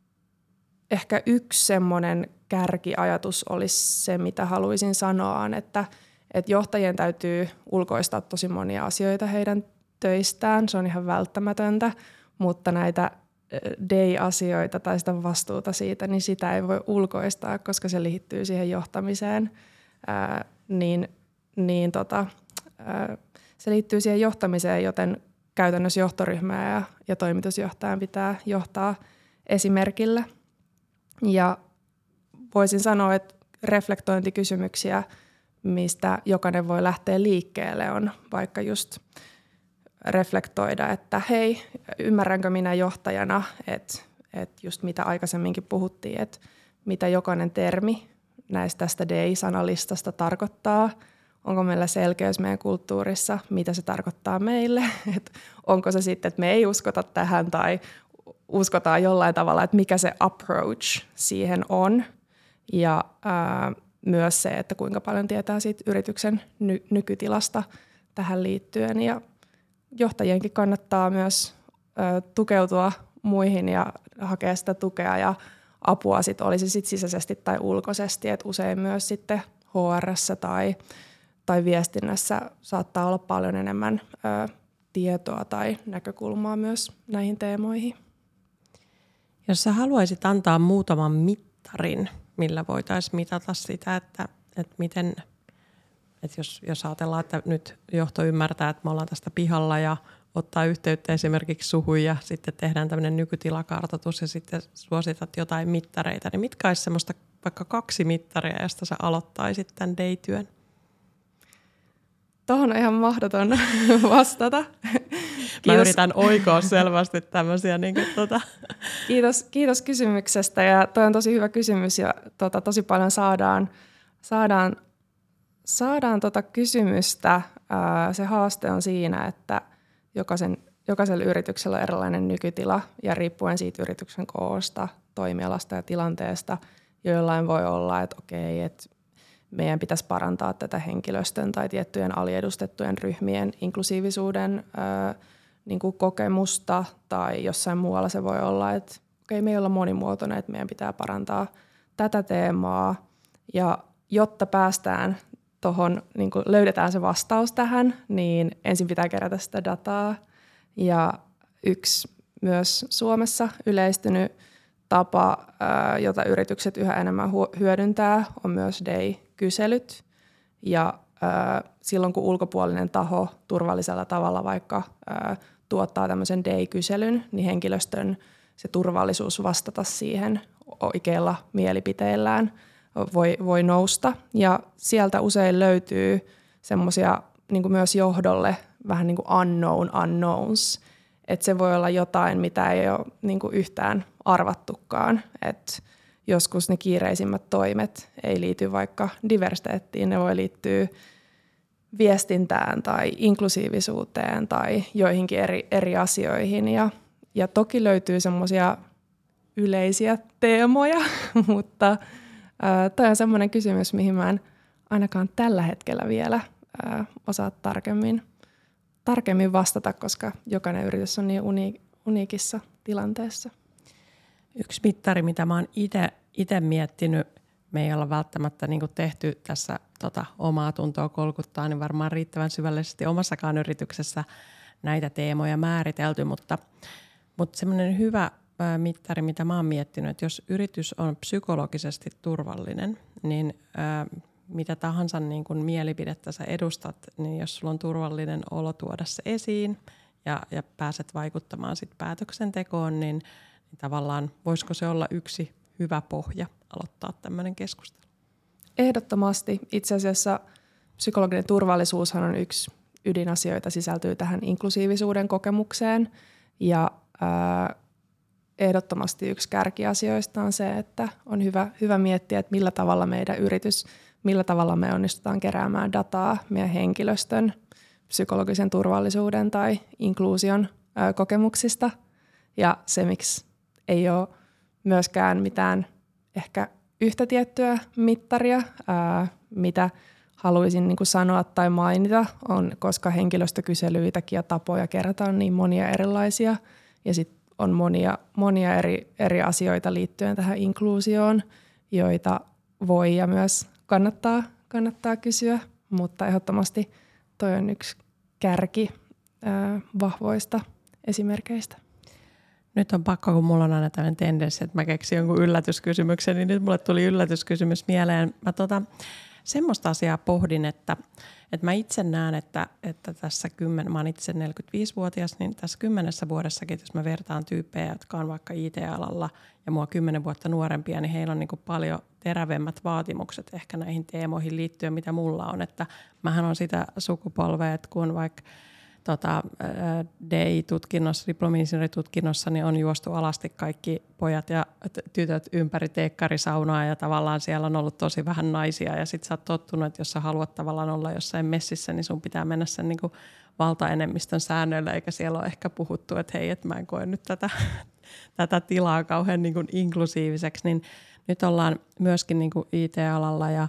Ehkä yksi semmoinen kärkiajatus olisi se, mitä haluaisin sanoa, että, että johtajien täytyy ulkoistaa tosi monia asioita heidän töistään. Se on ihan välttämätöntä, mutta näitä D E I-asioita tai sitä vastuuta siitä, niin sitä ei voi ulkoistaa, koska se liittyy siihen johtamiseen. Ää, niin, niin tota, ää, se liittyy siihen johtamiseen, joten käytännössä johtoryhmää ja, ja toimitusjohtajan pitää johtaa esimerkillä. Ja voisin sanoa, että reflektointikysymyksiä, mistä jokainen voi lähteä liikkeelle, on vaikka just reflektoida, että hei, ymmärränkö minä johtajana, että, että just mitä aikaisemminkin puhuttiin, että mitä jokainen termi näistä tästä D I-sanalistasta tarkoittaa, onko meillä selkeys meidän kulttuurissa, mitä se tarkoittaa meille, että onko se sitten, että me ei uskota tähän tai uskotaan jollain tavalla, että mikä se approach siihen on ja ää, myös se, että kuinka paljon tietää siitä yrityksen ny- nykytilasta tähän liittyen ja johtajienkin kannattaa myös ä, tukeutua muihin ja hakea sitä tukea ja apua sit olisi sit sisäisesti tai ulkoisesti, että usein myös sitten H R:ssä tai, tai viestinnässä saattaa olla paljon enemmän ä, tietoa tai näkökulmaa myös näihin teemoihin. Jos sä haluaisit antaa muutaman mittarin, millä voitaisiin mitata sitä, että, että miten, että jos, jos ajatellaan, että nyt johto ymmärtää, että me ollaan tästä pihalla ja ottaa yhteyttä esimerkiksi suhun ja sitten tehdään tämmöinen nykytilakartoitus ja sitten suositat jotain mittareita, niin mitkä olisi semmoista vaikka kaksi mittaria, josta sä aloittaisit tämän D I-työn? Tuohon on ihan mahdoton vastata. Mä yritän oikoa selvästi tämmöisiä. Niin kuin, tuota. kiitos, kiitos kysymyksestä ja toi on tosi hyvä kysymys ja tota, tosi paljon saadaan, saadaan, saadaan tota kysymystä. Ää, se haaste on siinä, että jokaisen, jokaisella yrityksellä on erilainen nykytila ja riippuen siitä yrityksen koosta, toimialasta ja tilanteesta, joillain voi olla, että okei, että meidän pitäisi parantaa tätä henkilöstön tai tiettyjen aliedustettujen ryhmien inklusiivisuuden ää, niin kuin kokemusta tai jossain muualla se voi olla, että okei, me ei olla monimuotoinen, että meidän pitää parantaa tätä teemaa ja jotta päästään tuohon, niin kuin löydetään se vastaus tähän, niin ensin pitää kerätä sitä dataa ja yksi myös Suomessa yleistynyt tapa, ää, jota yritykset yhä enemmän hyödyntää, on myös D I-kyselyt ja ää, silloin kun ulkopuolinen taho turvallisella tavalla vaikka ää, tuottaa tämmöisen D I-kyselyn, niin henkilöstön se turvallisuus vastata siihen oikeilla mielipiteillään voi, voi nousta. Ja sieltä usein löytyy semmoisia niin kuin myös johdolle vähän niin kuin unknown unknowns, että se voi olla jotain, mitä ei ole niin kuin yhtään arvattukaan. Et joskus ne kiireisimmät toimet ei liity vaikka diversiteettiin, ne voi liittyä viestintään tai inklusiivisuuteen tai joihinkin eri, eri asioihin. Ja, ja toki löytyy semmoisia yleisiä teemoja, mutta ää, toi on semmoinen kysymys, mihin mä en ainakaan tällä hetkellä vielä ää, osaa tarkemmin, tarkemmin vastata, koska jokainen yritys on niin uni, uniikissa tilanteessa. Yksi mittari, mitä mä oon itse miettinyt, me ei olla välttämättä niin kuin tehty tässä tota, omaa tuntoa kolkuttaa, niin varmaan riittävän syvällisesti omassakaan yrityksessä näitä teemoja määritelty, mutta, mutta semmoinen hyvä ä, mittari, mitä mä oon miettinyt, että jos yritys on psykologisesti turvallinen, niin ä, mitä tahansa niin kuin mielipidettä sä edustat, niin jos sulla on turvallinen olo tuoda se esiin ja, ja pääset vaikuttamaan sit päätöksentekoon, niin, niin tavallaan voisiko se olla yksi hyvä pohja aloittaa tämmöinen keskustelu? Ehdottomasti. Itse asiassa psykologinen turvallisuushan on yksi ydinasioita, sisältyy tähän inklusiivisuuden kokemukseen. Ja ää, ehdottomasti yksi kärkiasioista on se, että on hyvä, hyvä miettiä, että millä tavalla meidän yritys, millä tavalla me onnistutaan keräämään dataa meidän henkilöstön psykologisen turvallisuuden tai inkluusion ää, kokemuksista. Ja se, miksi ei ole myöskään mitään ehkä yhtä tiettyä mittaria, ää, mitä haluaisin niin kuin sanoa tai mainita, on, koska henkilöstökyselyitäkin ja tapoja kerätä on niin monia erilaisia ja sitten on monia, monia eri, eri asioita liittyen tähän inkluusioon, joita voi ja myös kannattaa, kannattaa kysyä, mutta ehdottomasti toi on yksi kärki ää, vahvoista esimerkkeistä. Nyt on pakko, kun mulla on aina tämmöinen tendenssi, että mä keksin jonkun yllätyskysymyksen, niin nyt mulle tuli yllätyskysymys mieleen. Mä tota, semmoista asiaa pohdin, että, että mä itse näen, että, että tässä kymmen, mä oon itse neljäkymmentäviisivuotias, niin tässä kymmenessä vuodessakin, jos mä vertaan tyyppejä, jotka on vaikka I T-alalla ja mua kymmenen vuotta nuorempia, niin heillä on niin kuin paljon terävemmät vaatimukset ehkä näihin teemoihin liittyen, mitä mulla on. Että mähän on sitä sukupolvea, että kun vaikka Tota, D I-tutkinnossa, diplomi-insinööritutkinnossa, niin on juostu alasti kaikki pojat ja tytöt ympäri teekkarisaunaa ja tavallaan siellä on ollut tosi vähän naisia ja sit sä oot tottunut, että jos sä haluat tavallaan olla jossain messissä, niin sun pitää mennä sen niin kuin valtaenemmistön säännöillä, eikä siellä ole ehkä puhuttu, että hei, että mä en koe nyt tätä, tätä tilaa kauhean niin kuin inklusiiviseksi, niin nyt ollaan myöskin niin kuin I T-alalla ja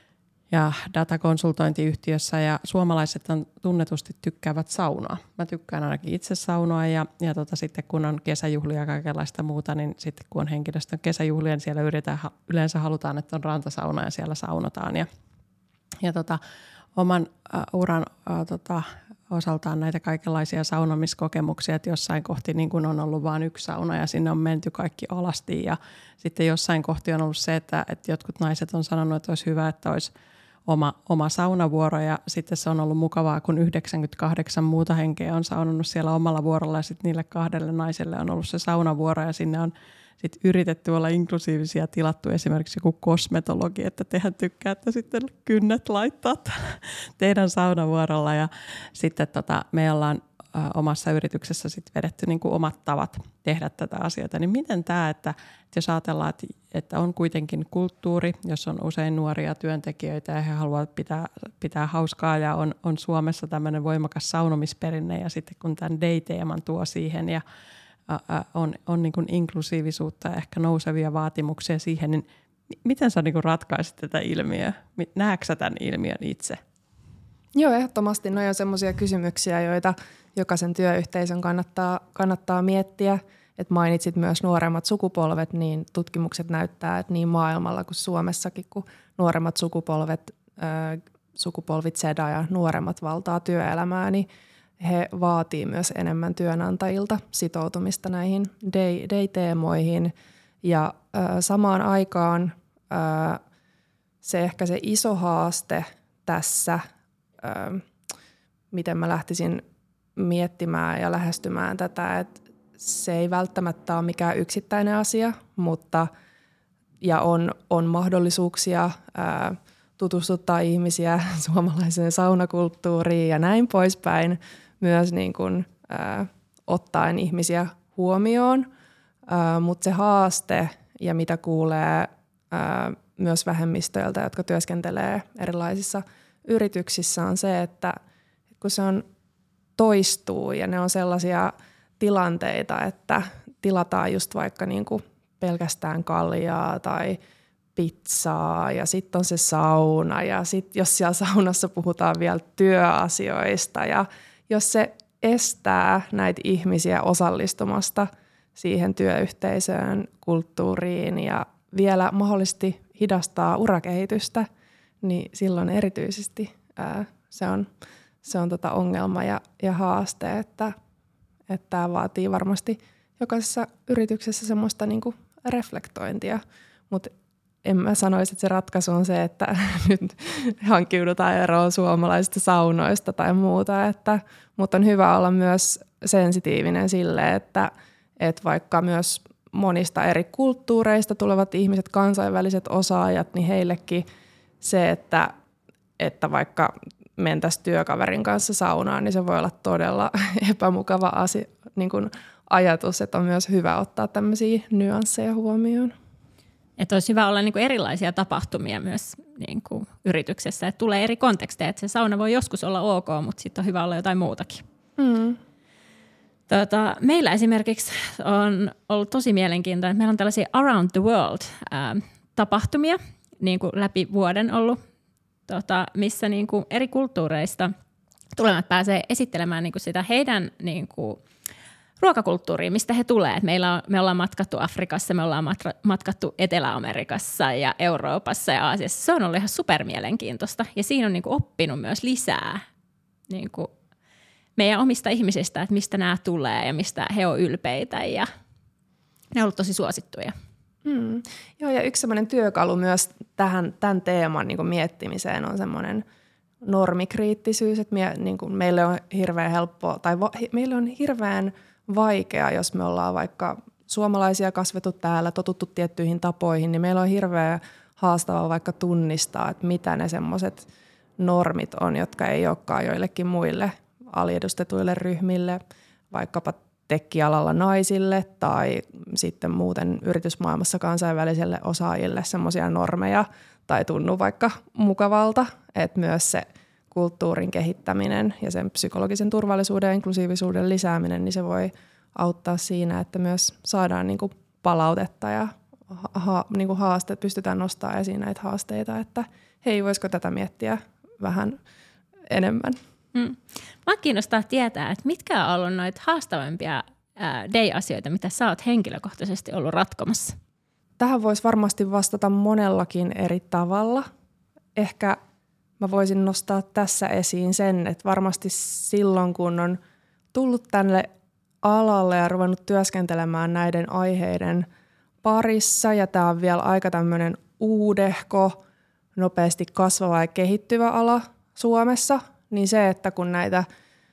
ja datakonsultointiyhtiössä ja suomalaiset on tunnetusti tykkäävät saunaa. Mä tykkään ainakin itse saunoa ja, ja tota, sitten kun on kesäjuhlia ja kaikenlaista muuta, niin sitten kun on henkilöstön kesäjuhlia, niin siellä yritetään, yleensä halutaan, että on rantasauna ja siellä saunotaan. Ja, ja tota, oman uh, uran uh, tota, osaltaan näitä kaikenlaisia saunomiskokemuksia, että jossain kohti niin kun on ollut vain yksi sauna ja sinne on menty kaikki alasti ja sitten jossain kohti on ollut se, että, että jotkut naiset on sanonut, että olisi hyvä, että olisi Oma, oma saunavuoro ja sitten se on ollut mukavaa, kun yhdeksänkymmentäkahdeksan muuta henkeä on saunannut siellä omalla vuorolla ja sitten niille kahdelle naiselle on ollut se saunavuoro ja sinne on sitten yritetty olla inklusiivisia, tilattu esimerkiksi joku kosmetologi, että tehän tykkäätte sitten kynnet laittaa teidän saunavuorolla ja sitten tota, me ollaan ä, omassa yrityksessä sitten vedetty niin kuin omat tavat tehdä tätä asiaa, niin miten tämä, että, että jos ajatellaan, että, että on kuitenkin kulttuuri, jos on usein nuoria työntekijöitä ja he haluavat pitää, pitää hauskaa ja on, on Suomessa tämmöinen voimakas saunomisperinne ja sitten kun tämän day-teeman tuo siihen ja ä, on, on niin kuin inklusiivisuutta ja ehkä nousevia vaatimuksia siihen, niin miten sä niin kuin ratkaisit tätä ilmiöä? Näetkö sä tämän ilmiön itse? Joo, ehdottomasti ne on semmoisia kysymyksiä, joita jokaisen työyhteisön kannattaa, kannattaa miettiä. Et mainitsit myös nuoremmat sukupolvet, niin tutkimukset näyttää, että niin maailmalla kuin Suomessakin, kun nuoremmat sukupolvet, äh, sukupolvit Z ja nuoremmat valtaa työelämää, niin he vaatii myös enemmän työnantajilta sitoutumista näihin day, day-teemoihin. Ja äh, samaan aikaan äh, se ehkä se iso haaste tässä, äh, miten mä lähtisin miettimään ja lähestymään tätä, että se ei välttämättä ole mikään yksittäinen asia, mutta ja on, on mahdollisuuksia ää, tutustuttaa ihmisiä suomalaiseen saunakulttuuriin ja näin poispäin, myös niin kuin, ää, ottaen ihmisiä huomioon, ää, mutta se haaste ja mitä kuulee ää, myös vähemmistöiltä, jotka työskentelee erilaisissa yrityksissä, on se, että kun se on toistuu ja ne on sellaisia tilanteita, että tilataan just vaikka niinku pelkästään kaljaa tai pizzaa ja sitten on se sauna ja sitten jos siellä saunassa puhutaan vielä työasioista ja jos se estää näitä ihmisiä osallistumasta siihen työyhteisöön, kulttuuriin ja vielä mahdollisesti hidastaa urakehitystä, niin silloin erityisesti ää, se on Se on tota ongelma ja, ja haaste, että että tämä vaatii varmasti jokaisessa yrityksessä semmoista niinku reflektointia, mutta en mä sanoisi, että se ratkaisu on se, että nyt hankkiudutaan eroon suomalaisista saunoista tai muuta, että, mutta on hyvä olla myös sensitiivinen sille, että, että vaikka myös monista eri kulttuureista tulevat ihmiset, kansainväliset osaajat, niin heillekin se, että, että vaikka mentäisiin työkaverin kanssa saunaan, niin se voi olla todella epämukava asia, niin kuin ajatus, että on myös hyvä ottaa tämmöisiä nyansseja huomioon. Että olisi hyvä olla niin kuin erilaisia tapahtumia myös niin kuin yrityksessä, että tulee eri konteksteja, että se sauna voi joskus olla ok, mutta sitten on hyvä olla jotain muutakin. Mm. Tota, meillä esimerkiksi on ollut tosi mielenkiintoinen, että meillä on tällaisia Around the World-tapahtumia niin kuin läpi vuoden ollut, tota, missä niin kuin eri kulttuureista tulevat pääsee esittelemään niin kuin sitä heidän niin kuin ruokakulttuuriin, mistä he tulee. Et meillä on, me ollaan matkattu Afrikassa, me ollaan matkattu Etelä-Amerikassa ja Euroopassa ja Aasiassa. Se on ollut ihan supermielenkiintoista ja siinä on niin kuin oppinut myös lisää niin kuin meidän omista ihmisistä, että mistä nämä tulee ja mistä he on ylpeitä ja ne on ollut tosi suosittuja. Mm. Joo, ja yksi semmoinen työkalu myös tähän, tämän teeman niin kuin miettimiseen on semmoinen normikriittisyys, että mie, niin kuin meille on hirveän helppoa, tai va, meille on hirveän vaikea, jos me ollaan vaikka suomalaisia kasvettu täällä, totuttu tiettyihin tapoihin, niin meillä on hirveän haastavaa vaikka tunnistaa, että mitä ne semmoiset normit on, jotka ei olekaan joillekin muille aliedustetuille ryhmille, vaikkapa tekkialalla naisille tai sitten muuten yritysmaailmassa kansainvälisille osaajille semmoisia normeja tai tunnu vaikka mukavalta, että myös se kulttuurin kehittäminen ja sen psykologisen turvallisuuden ja inklusiivisuuden lisääminen, niin se voi auttaa siinä, että myös saadaan niinku palautetta ja ha, niinku haasteet, pystytään nostamaan esiin näitä haasteita, että hei, voisiko tätä miettiä vähän enemmän. Mm. Mä kiinnostaa tietää, että mitkä on ollut noita haastavampia ää, day-asioita, mitä sä oot henkilökohtaisesti ollut ratkomassa? Tähän voisi varmasti vastata monellakin eri tavalla. Ehkä mä voisin nostaa tässä esiin sen, että varmasti silloin, kun on tullut tänne alalle ja ruvennut työskentelemään näiden aiheiden parissa, ja tämä on vielä aika tämmöinen uudehko, nopeasti kasvava ja kehittyvä ala Suomessa, niin se, että kun näitä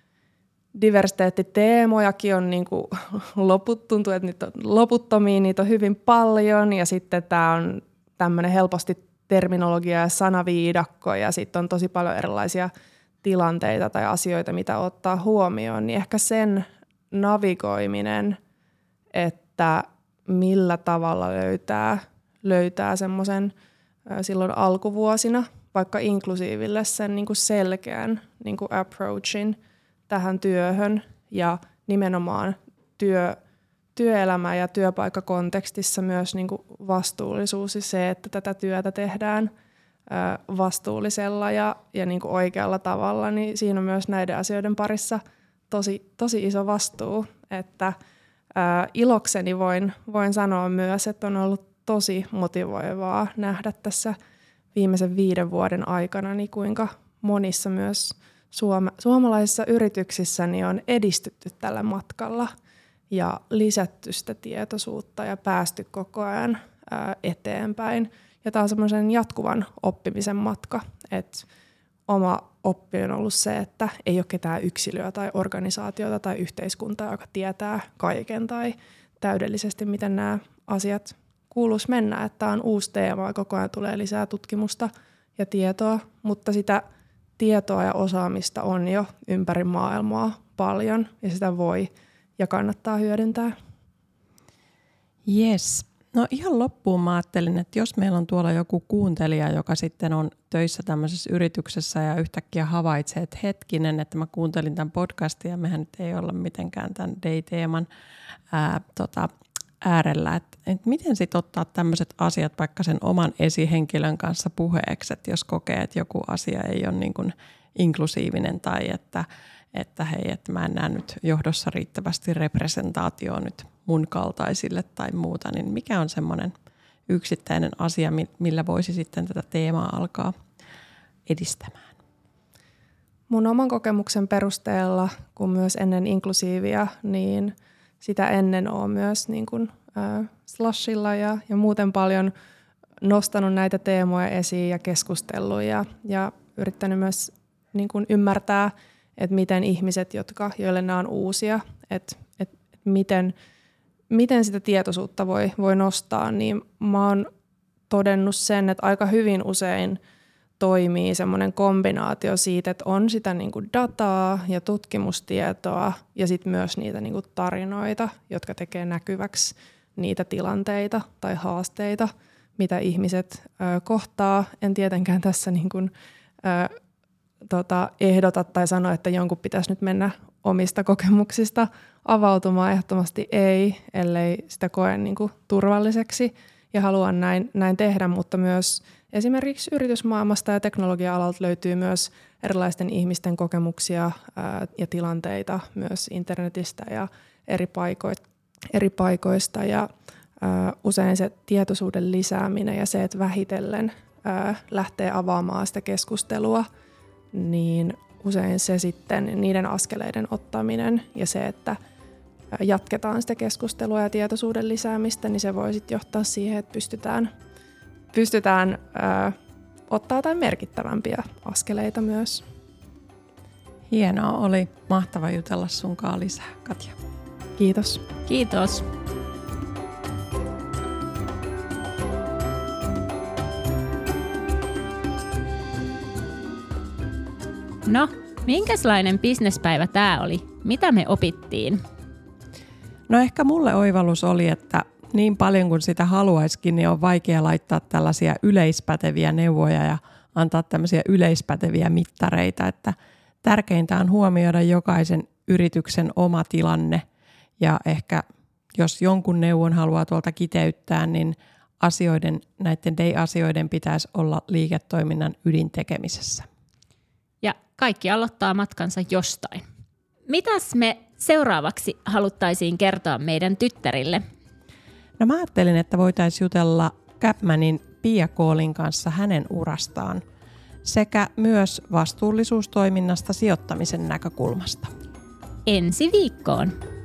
diversiteettiteemojakin on niin kuin loput, tuntuu, että niitä on loputtomia, niitä on hyvin paljon, ja sitten tämä on tämmöinen helposti terminologia ja sanaviidakko, ja sitten on tosi paljon erilaisia tilanteita tai asioita, mitä ottaa huomioon, niin ehkä sen navigoiminen, että millä tavalla löytää, löytää semmoisen silloin alkuvuosina, vaikka inklusiiville sen niin kuin selkeän niin kuin approachin tähän työhön ja nimenomaan työ, työelämä- ja työpaikkakontekstissa myös niin kuin vastuullisuus ja se, että tätä työtä tehdään vastuullisella ja, ja niin kuin oikealla tavalla, niin siinä on myös näiden asioiden parissa tosi, tosi iso vastuu, että ää, ilokseni voin, voin sanoa myös, että on ollut tosi motivoivaa nähdä tässä viimeisen viiden vuoden aikana, niin kuinka monissa myös suoma- suomalaisissa yrityksissä niin on edistytty tällä matkalla ja lisätty sitä tietoisuutta ja päästy koko ajan ää, eteenpäin. Ja tämä on semmoisen jatkuvan oppimisen matka, että oma oppi on ollut se, että ei ole ketään yksilöä tai organisaatiota tai yhteiskuntaa, joka tietää kaiken tai täydellisesti, miten nämä asiat kuuluisi mennä. Että tämä on uusi teema ja koko ajan tulee lisää tutkimusta ja tietoa, mutta sitä tietoa ja osaamista on jo ympäri maailmaa paljon ja sitä voi ja kannattaa hyödyntää. Yes. No ihan loppuun mä ajattelin, että jos meillä on tuolla joku kuuntelija, joka sitten on töissä tämmöisessä yrityksessä ja yhtäkkiä havaitsee, että hetkinen, että mä kuuntelin tämän podcastin ja mehän nyt ei olla mitenkään tämän day-teeman ää, tota, äärellä, että, että miten sitten ottaa tämmöiset asiat vaikka sen oman esihenkilön kanssa puheeksi, että jos kokee, että joku asia ei ole niin kuin inklusiivinen tai että, että hei, että mä en näe nyt johdossa riittävästi representaatioa nyt mun kaltaisille tai muuta, niin mikä on semmoinen yksittäinen asia, millä voisi sitten tätä teemaa alkaa edistämään? Mun oman kokemuksen perusteella, kun myös ennen inklusiivia, niin sitä ennen olen myös niin kuin, äh, Slushilla ja, ja muuten paljon nostanut näitä teemoja esiin ja keskustellut ja, ja yrittänyt myös niin kuin ymmärtää, että miten ihmiset, jotka, joille nämä on uusia, että, että, että miten, miten sitä tietoisuutta voi, voi nostaa, niin mä oon todennut sen, että aika hyvin usein toimii semmoinen kombinaatio siitä, että on sitä niin kuin dataa ja tutkimustietoa ja sitten myös niitä niin kuin tarinoita, jotka tekee näkyväksi niitä tilanteita tai haasteita, mitä ihmiset ö, kohtaa. En tietenkään tässä niin kuin, ö, tota, ehdota tai sano, että jonkun pitäisi nyt mennä omista kokemuksista avautumaan. Ehdottomasti ei, ellei sitä koe niin kuin turvalliseksi ja haluan näin, näin tehdä, mutta myös esimerkiksi yritysmaailmasta ja teknologia-alalta löytyy myös erilaisten ihmisten kokemuksia ää, ja tilanteita myös internetistä ja eri, paiko- eri paikoista. Ja ää, usein se tietoisuuden lisääminen ja se, että vähitellen ää, lähtee avaamaan sitä keskustelua, niin usein se sitten niiden askeleiden ottaminen ja se, että jatketaan sitä keskustelua ja tietoisuuden lisäämistä, niin se voi sitten johtaa siihen, että pystytään, pystytään ää, ottaa jotain merkittävämpiä askeleita myös. Hienoa, oli mahtava jutella sunkaan lisää, Katja. Kiitos. Kiitos. No, minkälainen bisnespäivä tämä oli? Mitä me opittiin? No ehkä mulle oivallus oli, että niin paljon kuin sitä haluaisikin, niin on vaikea laittaa tällaisia yleispäteviä neuvoja ja antaa tämmöisiä yleispäteviä mittareita, että tärkeintä on huomioida jokaisen yrityksen oma tilanne ja ehkä jos jonkun neuvon haluaa tuolta kiteyttää, niin asioiden, näiden day-asioiden pitäisi olla liiketoiminnan ydintekemisessä. Ja kaikki aloittaa matkansa jostain. Mitäs me seuraavaksi haluttaisiin kertoa meidän tyttärille? No mä ajattelin, että voitaisiin jutella Capmanin Pia Koolin kanssa hänen urastaan sekä myös vastuullisuustoiminnasta sijoittamisen näkökulmasta. Ensi viikkoon!